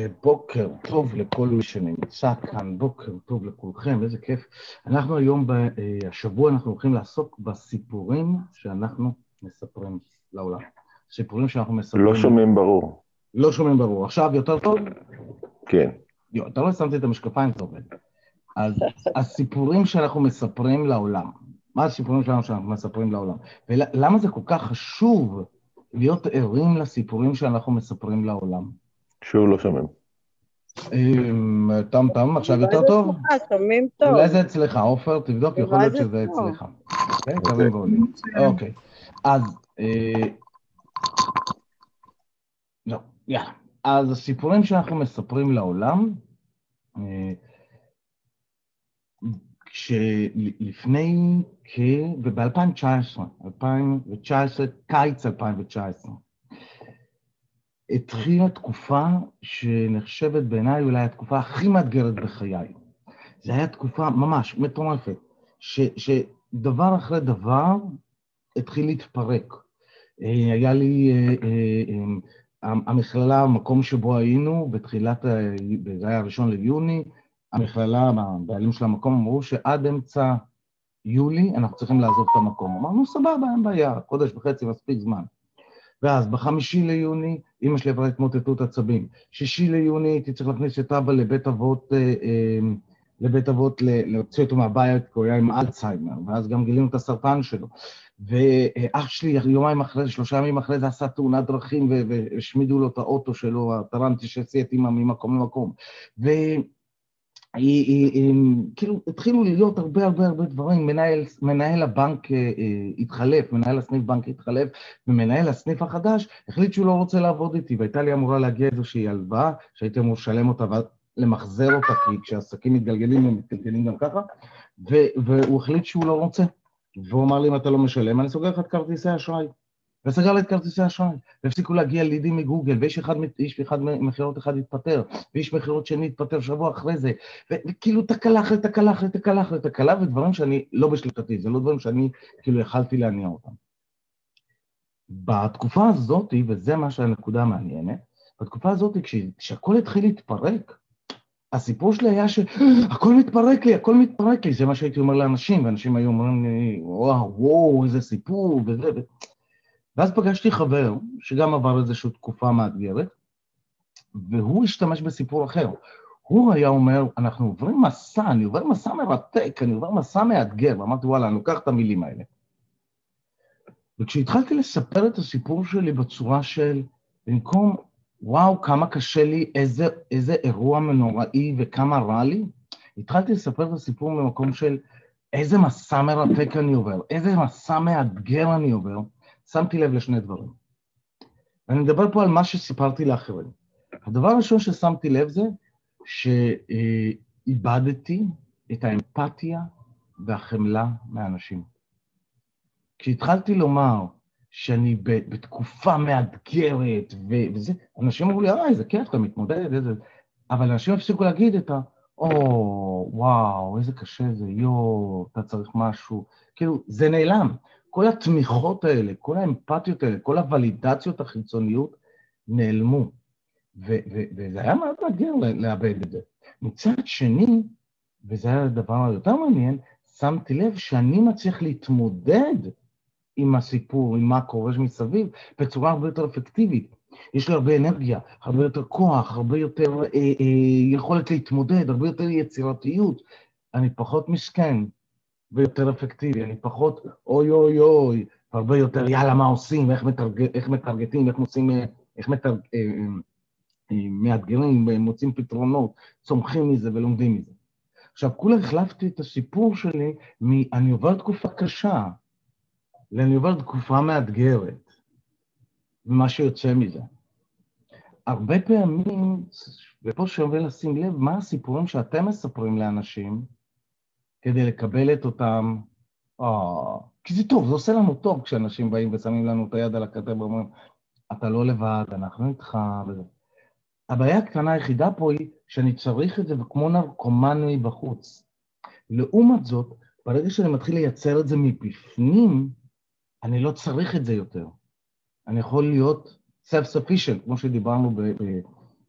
ובוקר טוב לכל מי שנמצא כאן, בוקר טוב לכולכם, איזה כיף. אנחנו היום, השבוע אנחנו הולכים לעסוק בסיפורים שאנחנו מספרים לעולם. סיפורים שאנחנו מספרים... לא שומעים ברור. לא שומעים ברור. עכשיו יותר טוב? כן. אתה לא שמתי את המשקפיים טוב. אז הסיפורים שאנחנו מספרים לעולם, מה הסיפורים שלנו שאנחנו מספרים לעולם? ולמה זה כל כך חשוב להיות ערים לסיפורים שאנחנו מספרים לעולם? שוב לא שומעים. טם, עכשיו יותר טוב? שומעים טוב. אולי זה אצלך, עופר, תבדוק, יכול להיות שזה אצלך. אוקיי, אוקיי. אז, לא, יאללה. אז הסיפורים שאנחנו מספרים לעולם, כשלפני ב-2019, קיץ 2019, התחילה תקופה שנחשבת בעיניי אולי התקופה הכי מאתגרת בחיי. זו הייתה תקופה ממש מטורפת, שדבר אחרי דבר התחיל להתפרק. היה לי המכללה, המקום שבו היינו, זה היה 1 ליוני, המכללה, הבעלים של המקום אמרו שעד אמצע יולי אנחנו צריכים לעזוב את המקום. אמרנו, סבבה, אין בעיה, חודש וחצי מספיק זמן. ואז ב5 ליוני, אמא שלי עברה התמוטטות עצבים. 6 ליוני הייתי צריך להכניס את אבא לבית אבות, להוציא אותו מהבית, כי הוא היה עם אלצהיימר, ואז גם גילינו את הסרטן שלו. ואח שלי, 3 ימים אחרי זה עשה תאונת דרכים, והשמידו לו את האוטו שלו, הטרנטי שהסיע את אמא ממקום למקום. כאילו, התחילו להיות הרבה דברים, מנהל הבנק התחלף, מנהל הסניף בנק התחלף, ומנהל הסניף החדש החליט שהוא לא רוצה לעבוד איתי, והייתה לי אמורה להגיע איזושהי הלוואה, שהייתי אמור לשלם אותה ולמחזר אותה, כי כשהעסקים מתגלגלים, הם מתגלגלים גם ככה, והוא החליט שהוא לא רוצה, והוא אמר לי, אם אתה לא משלם, אני סוגר לך את כרטיסי האשראי. וסגר את כרטיסי האשראי, והפסיקו להגיע לידים מגוגל, ואיש אחד מחירות אחד התפטר, ואיש מחירות שני התפטר שבוע אחרי זה, וכאילו תקלה, ודברים שאני לא בשליטתי, זה לא דברים שאני כאילו יכלתי להניע אותם. בתקופה הזאת, וזה מה שהנקודה המעניינת, בתקופה הזאת, כשהכל התחיל להתפרק, הסיפור שלי היה שהכל מתפרק לי, זה מה שהייתי אומר לאנשים, ואנשים היו אומרים לי, וואו, איזה סיפור, וזה, ואז פגשתי חבר, שגם עבר איזושהי תקופה מאתגרת, והוא השתמש בסיפור אחר. הוא היה אומר, אנחנו עוברים מסע, אני עובר מסע מרתק, אני עובר מסע מאתגר, ואמרתי, וואלה, אני לוקח את המילים האלה. וכשהתחלתי לספר את הסיפור שלי בצורה של, במקום, וואו, כמה קשה לי, איזה אירוע מנוראי וכמה רע לי, התחלתי לספר את הסיפור במקום של, איזה מסע מרתק אני עובר, איזה מסע מאתגר אני עובר, שמתי לב לשני דברים. ואני מדבר פה על מה שסיפרתי לאחרים. הדבר הראשון ששמתי לב זה שאיבדתי את האמפתיה והחמלה מהאנשים. כשהתחלתי לומר שאני בתקופה מאתגרת וזה, אנשים אמרו לי, איזה כיף, אתה מתמודד, איזה... אבל אנשים הפסיקו להגיד את וואו, איזה קשה זה, אתה צריך משהו. כאילו, זה נעלם. כל התמיכות האלה, כל האמפתיות האלה, כל הוולידציות החיצוניות נעלמו. וזה היה מאוד מאתגר לאבד את זה. מצד שני, וזה היה הדבר היותר מעניין, שמתי לב שאני מצליח להתמודד עם הסיפור, עם מה קורה מסביב, בצורה הרבה יותר אפקטיבית. יש לי הרבה אנרגיה, הרבה יותר כוח, הרבה יותר יכולת להתמודד, הרבה יותר יצירתיות. אני פחות מסכן. ויותר אפקטיבי, אני פחות אוי, הרבה יותר יאללה מה עושים, איך מטרגטים, איך מאתגרים, מוצאים פתרונות, צומחים מזה ולומדים מזה. עכשיו, כולה החלפתי את הסיפור שלי אני עובר תקופה קשה, ואני עובר תקופה מאתגרת, ומה שיוצא מזה. הרבה פעמים, ופה שווה לשים לב, מה הסיפורים שאתם מספרים לאנשים, כדי לקבל את אותם, כי זה טוב, זה עושה לנו טוב כשאנשים באים ושמים לנו את היד על הכתב ואומרים, אתה לא לבד, אנחנו איתך, וזה. הבעיה הקטנה היחידה פה היא שאני צריך את זה כמו נרקומן מבחוץ. לעומת זאת, ברגע שאני מתחיל לייצר את זה מבפנים, אני לא צריך את זה יותר. אני יכול להיות self-sufficient, כמו שדיברנו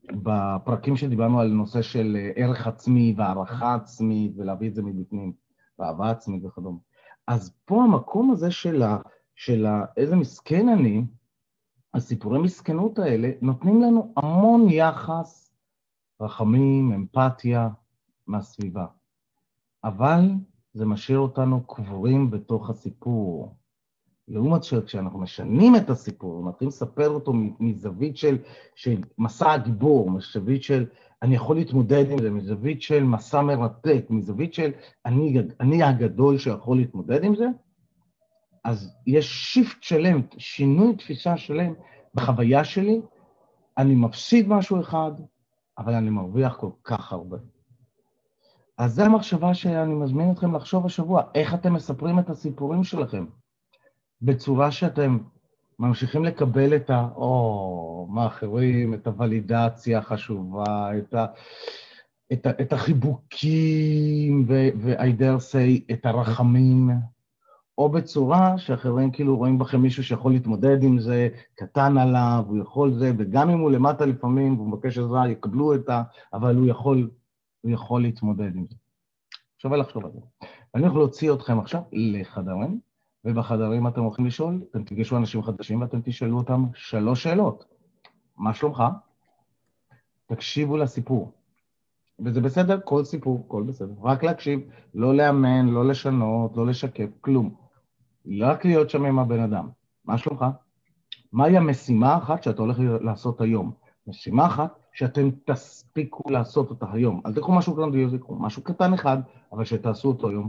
בפרקים שדיברנו על נושא של ערך עצמי והערכה עצמית, ולהביא את זה מבפנים, ואהבה עצמית וכדומה. אז פה המקום הזה של איזה מסכן אני, הסיפורי מסכנות האלה נותנים לנו המון יחס, רחמים, אמפתיה מהסביבה. אבל זה משאיר אותנו קבורים בתוך הסיפור. לעומת שכשאנחנו משנים את הסיפור, מתחילים לספר אותו מזווית של מסע הגיבור, מזווית של אני יכול להתמודד עם זה, מזווית של מסע מרתק, מזווית של אני הגדול שיכול להתמודד עם זה, אז יש שיפט שלם, שינוי תפיסה שלם בחוויה שלי, אני מפסיד משהו אחד, אבל אני מרוויח כל כך הרבה. אז זו המחשבה שאני מזמין אתכם לחשוב השבוע, איך אתם מספרים את הסיפורים שלכם, בצורה שאתם ממשיכים לקבל מאחרים, את הוולידציה החשובה, את החיבוקים, ו-I dare say, את הרחמים, או בצורה שאחרים כאילו רואים בכם מישהו שיכול להתמודד עם זה, קטן עליו, הוא יכול זה, וגם אם הוא למטה לפעמים, והוא מבקש עזרה, יקבלו אבל הוא יכול להתמודד עם זה. שווה לחשוב על זה. אני הולך להוציא אתכם עכשיו לחדרים, ובחדרים אתם הולכים לשאול, אתם תפגשו אנשים חדשים ואתם תשאלו אותם 3 שאלות. מה שלומך? תקשיבו לסיפור. וזה בסדר, כל סיפור, כל בסדר. רק להקשיב, לא לאמן, לא לשנות, לא לשקף, כלום. רק להיות שם עם הבן אדם. מה שלומך? מהי המשימה אחת שאתה הולך לעשות היום? משימה אחת שאתם תספיקו לעשות אותה היום. אל תקחו משהו גרנדיוזי, תקחו משהו קטן אחד, אבל שתעשו אותו היום.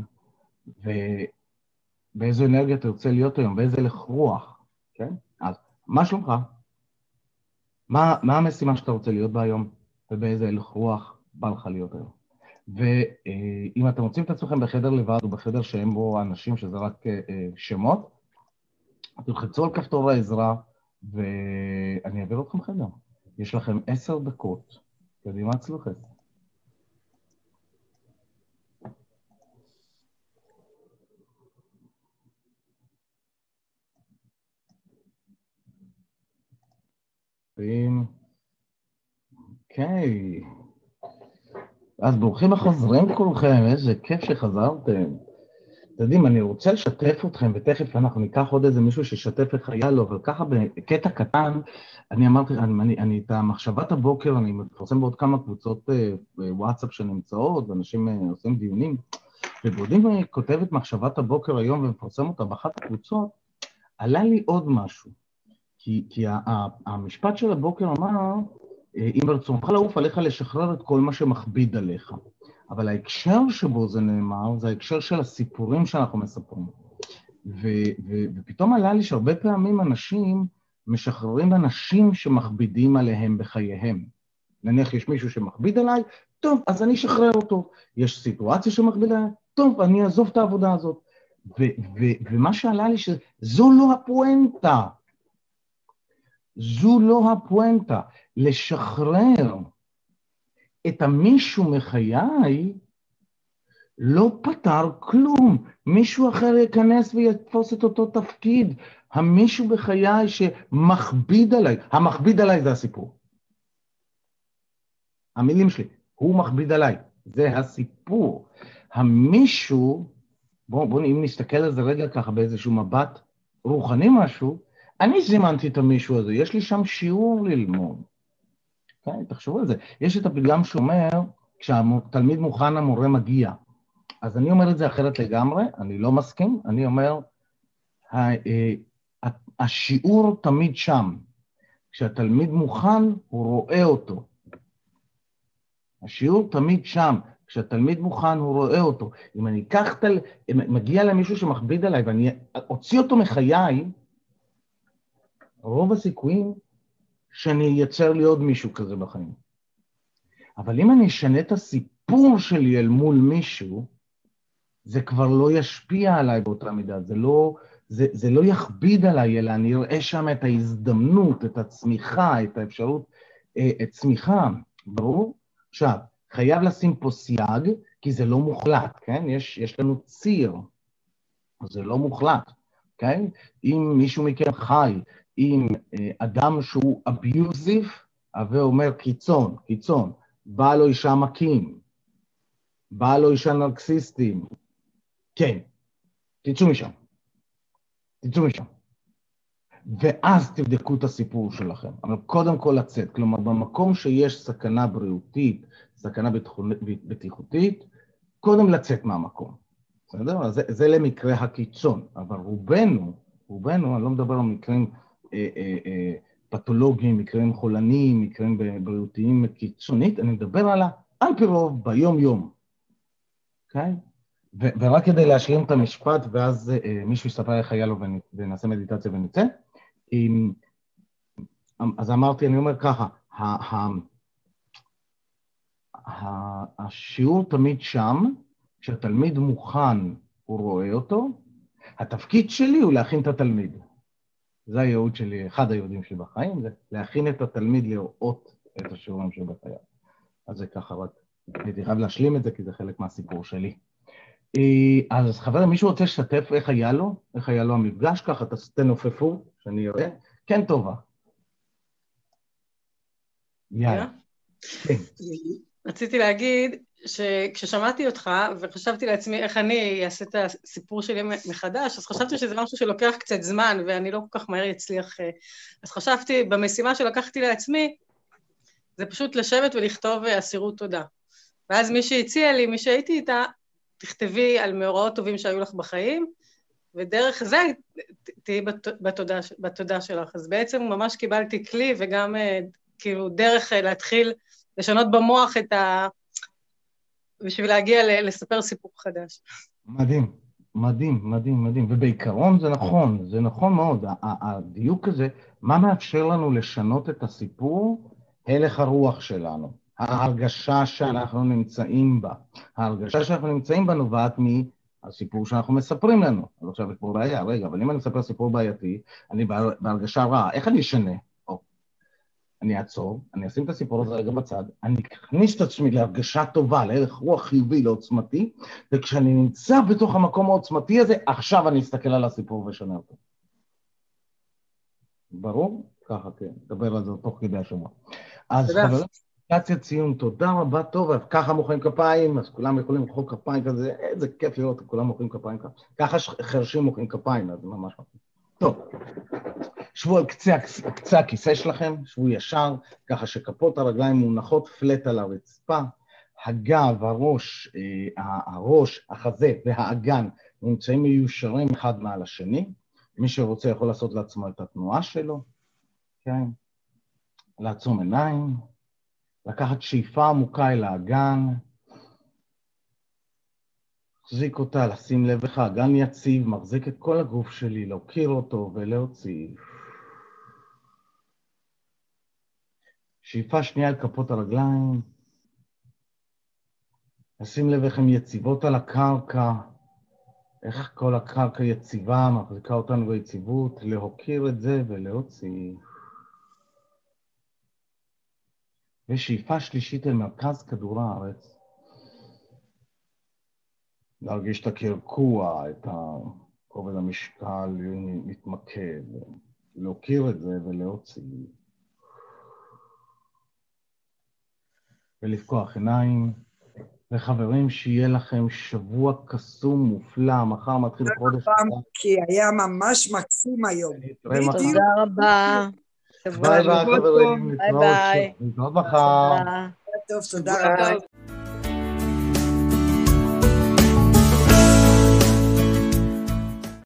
ובאיזו אנרגיה אתה רוצה להיות היום, באיזה הלך רוח, כן? אז מה שלומך? מה המשימה שאתה רוצה להיות בה היום, ובאיזה הלך רוח בא לך להיות היום? ואם אתם מוצאים את עצמכם בחדר לבד, או בחדר שאין בו אנשים, שזה רק שמות, תלחצו על כפתור העזרה, ואני אעביר אתכם חדר. יש לכם 10 דקות. קדימה אצלכם. אוקיי. אז ברוכים החוזרים כולכם, איזה כיף שחזרתם. אתם יודעים, אני רוצה לשתף אתכם, ותכף אנחנו ניקח עוד איזה מישהו שישתף איך היה לו, אבל ככה בקטע קטן, אני אמרתי, את מחשבת הבוקר, אני מפרסם בעוד כמה קבוצות וואטסאפ שנמצאות, ואנשים עושים דיונים, ובעודים כותבת מחשבת הבוקר היום ומפרסם אותה באחת הקבוצות, עלה לי עוד משהו, כי המשפט של הבוקר אמר, אם ברצונך לעוף עליך לשחרר את כל מה שמכביד עליך. אבל ההקשר שבו זה נאמר, זה ההקשר של הסיפורים שאנחנו מספרים. ופתאום עלה לי שהרבה פעמים אנשים משחררים אנשים שמכבידים עליהם בחייהם. נניח יש מישהו שמכביד עליי, טוב, אז אני אשחרר אותו. יש סיטואציה שמכביד עליי, טוב, אני אעזוב את העבודה הזאת. ומה שעלה לי שזו לא הפואנטה. זו לא הפואנטה. לשחרר את המישהו מחיי לא פתר כלום. מישהו אחר ייכנס ויתפוס את אותו תפקיד. המישהו בחיי שמכביד עליי, המכביד עליי זה הסיפור. המילים שלי, הוא מכביד עליי, זה הסיפור. המישהו, אם נסתכל על זה רגע ככה באיזשהו מבט רוחני משהו, אני זימנתי את המישהו הזה, יש לי שם שיעור ללמוד. כן, תחשבו על זה. יש את הפתגם שאומר, כשהתלמיד מוכן המורה מגיע. אז אני אומר את זה אחרת לגמרי, אני לא מסכים, אני אומר, השיעור תמיד שם. כשהתלמיד מוכן, הוא רואה אותו. השיעור תמיד שם. כשהתלמיד מוכן, הוא רואה אותו. אם אני אקח, מגיע למישהו שמכביד עליי, ואני אוציא אותו מחיי, רוב הסיכויים שאני אייצר לי עוד מישהו כזה בחיים. אבל אם אני אשנה את הסיפור שלי אל מול מישהו, זה כבר לא ישפיע עליי באותה מידה, זה לא יכביד עליי, אלא אני אראה שם את ההזדמנות, את הצמיחה, את האפשרות, את צמיחה, ברור? עכשיו, חייב לשים פה סייג, כי זה לא מוחלט, כן? יש לנו ציר, זה לא מוחלט, כן? אם מישהו מכם חי עם אדם שהוא אביוזיב, הווה אומר קיצון, קיצון. בא לו אישה מכים, בא לו אישה נרקסיסטים. כן, תצאו משם. תצאו משם. ואז תבדקו את הסיפור שלכם. אבל קודם כל לצאת. כלומר, במקום שיש סכנה בריאותית, סכנה בטיחותית, קודם לצאת מהמקום. בסדר? אז זה למקרה הקיצון. אבל רובנו, אני לא מדבר על מקרים פתולוגיים, מקרים חולניים, מקרים בריאותיים קיצונית, אני מדבר על פי רוב ביום-יום. אוקיי? ורק כדי להשלים את המשפט, ואז מישהו יספר איך היה לו ונעשה מדיטציה ונצא. אז אמרתי, אני אומר ככה, השיעור תמיד שם, כשהתלמיד מוכן, הוא רואה אותו, התפקיד שלי הוא להכין את התלמיד. זה הייעוד שלי, אחד הייעודים שלי בחיים, זה להכין את התלמיד לראות את השיעורים שבחיים. אז זה ככה רק, הייתי חייב להשלים את זה, כי זה חלק מהסיפור שלי. אז חברים, מישהו רוצה לשתף איך היה לו? איך היה לו המפגש? ככה תנופפו, שאני אראה. כן, טובה. יאללה. כן. רציתי להגיד שכששמעתי אותך וחשבתי לעצמי איך אני אעשה את הסיפור שלי מחדש, אז חשבתי שזה משהו שלוקח קצת זמן ואני לא כל כך מהר יצליח. אז חשבתי במשימה שלקחתי לעצמי, זה פשוט לשבת ולכתוב אסירות תודה. ואז מי שהציע לי, מי שהייתי איתה, תכתבי על מאורעות טובים שהיו לך בחיים, ודרך זה תהיי בתודה שלך. אז בעצם ממש קיבלתי כלי, וגם כאילו דרך להתחיל לשנות במוח בשביל להגיע לספר סיפור חדש. מדהים, מדהים, מדהים, מדהים. ובעיקרון זה נכון מאוד. הדיוק הזה, מה מאפשר לנו לשנות את הסיפור? הלך הרוח שלנו. ההרגשה שאנחנו נמצאים בה. ההרגשה שאנחנו נמצאים בה נובעת מהסיפור שאנחנו מספרים לנו. אז עכשיו יש פה בעיה, רגע, אבל אם אני מספר סיפור בעייתי, אני בהרגשה רעה, איך אני אשנה? אני אעצור, אני אשים את הסיפור הזה רגע בצד, אני אכניס את עצמי להרגשה טובה, לערך רוח חיובי, לעוצמתי, וכשאני נמצא בתוך המקום העוצמתי הזה, עכשיו אני אסתכל על הסיפור ושנה אותו. ברור? ככה, כן. נדבר על זה תוך כדי השבוע. אז חברים, מדיטציית ציון, תודה רבה, טוב, ככה מוחאים כפיים, אז כולם יכולים למחוא כפיים כזה, איזה כיף לראות, כולם מוחאים כפיים ככה. ככה חרשים מוחאים כפיים, אז זה ממש מוחאים. טוב, שבו על קצה הכיסא שלכם, שבו ישר, ככה שכפות הרגליים מונחות פלט על הרצפה, הגב, הראש, החזה והאגן נמצאים מיושרים אחד מעל השני, מי שרוצה יכול לעשות לעצמו את התנועה שלו, כן? לעצום עיניים, לקחת שאיפה עמוקה אל האגן, מחזיק אותה, לשים לב איך האגן יציב, מחזיק את כל הגוף שלי, להוקיר אותו ולהוציא. שאיפה שנייה על כפות הרגליים, לשים לב איך הן יציבות על הקרקע, איך כל הקרקע יציבה, מחזיקה אותנו ביציבות, להוקיר את זה ולהוציא. ושאיפה שלישית אל מרכז כדור הארץ, להרגיש את הקרקוע, את כובד המשקל, להתמקד, להוקיר את זה ולהוציא. ולפקוח עיניים, וחברים, שיהיה לכם שבוע קסום מופלא, מחר מתחיל חודש. כי היה ממש מקסים היום. תודה רבה. ביי ביי חברים, להתראות מחר. טוב, תודה רבה.